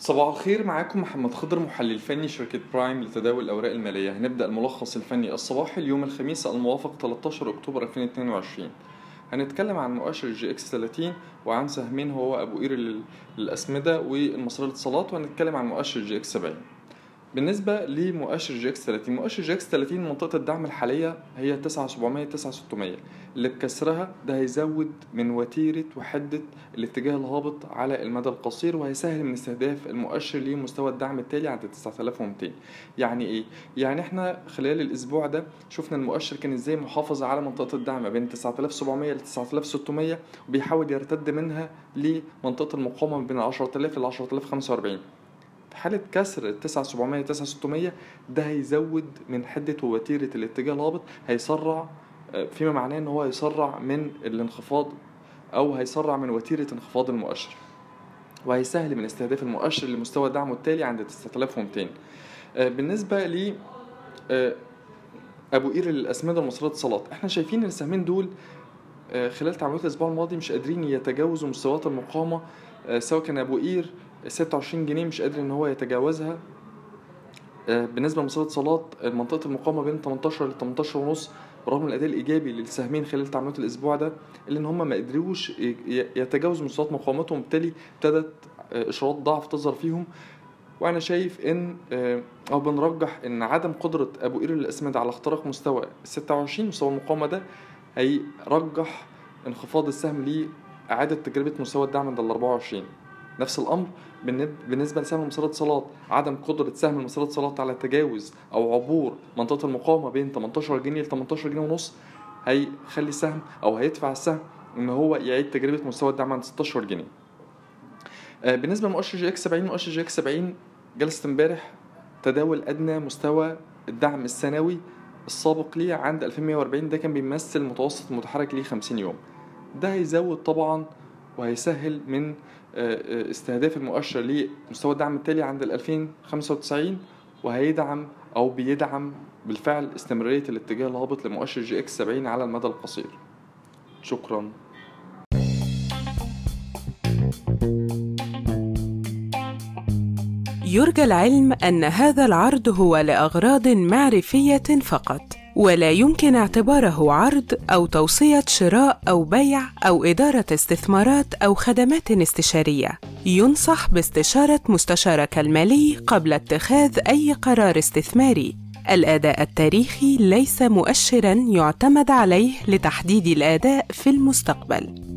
صباح الخير، معاكم محمد خضر، محلل فني شركة برايم لتداول الأوراق المالية. هنبدأ الملخص الفني الصباحي اليوم الخميس الموافق 13 أكتوبر 2022. هنتكلم عن مؤشر جي اكس 30 وعن سهمين هو أبو قير للأسمدة والمصرية للاتصالات، وهنتكلم عن مؤشر جي اكس 70. بالنسبة لمؤشر جي اكس 30، مؤشر جي اكس 30 منطقة الدعم الحالية هي 9700 9600 اللي بكسرها ده هيزود من وتيرة وحدة الاتجاه الهابط على المدى القصير، وهيسهل من استهداف المؤشر لمستوى الدعم التالي عند 9200. يعني ايه؟ يعني احنا خلال الاسبوع ده شفنا المؤشر كان ازاي محافظ على منطقة الدعم بين 9700 ل 9600، وبيحاول يرتد منها لمنطقة المقاومة بين 10000 ل 10045. في حالة كسر 9700 9600 ده هيزود من حدة ووتيرة الاتجاه الهابط، هيسرع فيما معناه ان هو هيسرع من الانخفاض او هيسرع من وتيرة انخفاض المؤشر، وهيسهل من استهداف المؤشر لمستوى دعمه التالي عند 9200. بالنسبة ل ابو قير للاسمده المصريه للاتصالات، احنا شايفين ان السهمين دول خلال تعاملات الاسبوع الماضي مش قادرين يتجاوزوا مستويات المقاومه، سواء كان ابو قير 26 جنيه مش قادر ان هو يتجاوزها. بالنسبه لمصرية الاتصالات منطقه المقاومه بين 18 ل 18 ونص، برغم الاداء الايجابي للسهمين خلال تعاملات الاسبوع ده الا ان هم ما قدروش يتجاوزوا مستويات مقاومتهم، بالتالي ابتدت اشارات ضعف تظهر فيهم. وانا شايف ان او بنرجح ان عدم قدره ابو قير للاسمده على اختراق مستوى 26 مستوى المقاومه ده هيرجح انخفاض السهم لاعاده تجربه مستوى الدعم عند ال 24. نفس الامر بالنسبه لسهم مصرية الاتصالات، عدم قدره سهم مصرية الاتصالات على تجاوز او عبور منطقه المقاومه بين 18 جنيه ل 18 جنيه ونص هيخلي السهم او هيدفع السهم ان هو يعيد تجربه مستوى الدعم عند 16 جنيه. بالنسبه لمؤشر جي اكس 70، مؤشر جي اكس 70 جلسة امبارح تداول أدنى مستوى الدعم السنوي السابق ليه عند 2140، ده كان بيمثل متوسط متحرك ليه 50 يوم. ده هيزود طبعا وهيسهل من استهداف المؤشر لمستوى الدعم التالي عند 2095، وهيدعم أو بيدعم بالفعل استمرارية الاتجاه الهابط لمؤشر جي اكس 70 على المدى القصير. شكرا. يرجى العلم أن هذا العرض هو لأغراض معرفية فقط، ولا يمكن اعتباره عرض أو توصية شراء أو بيع أو إدارة استثمارات أو خدمات استشارية. ينصح باستشارة مستشارك المالي قبل اتخاذ أي قرار استثماري. الأداء التاريخي ليس مؤشراً يعتمد عليه لتحديد الأداء في المستقبل.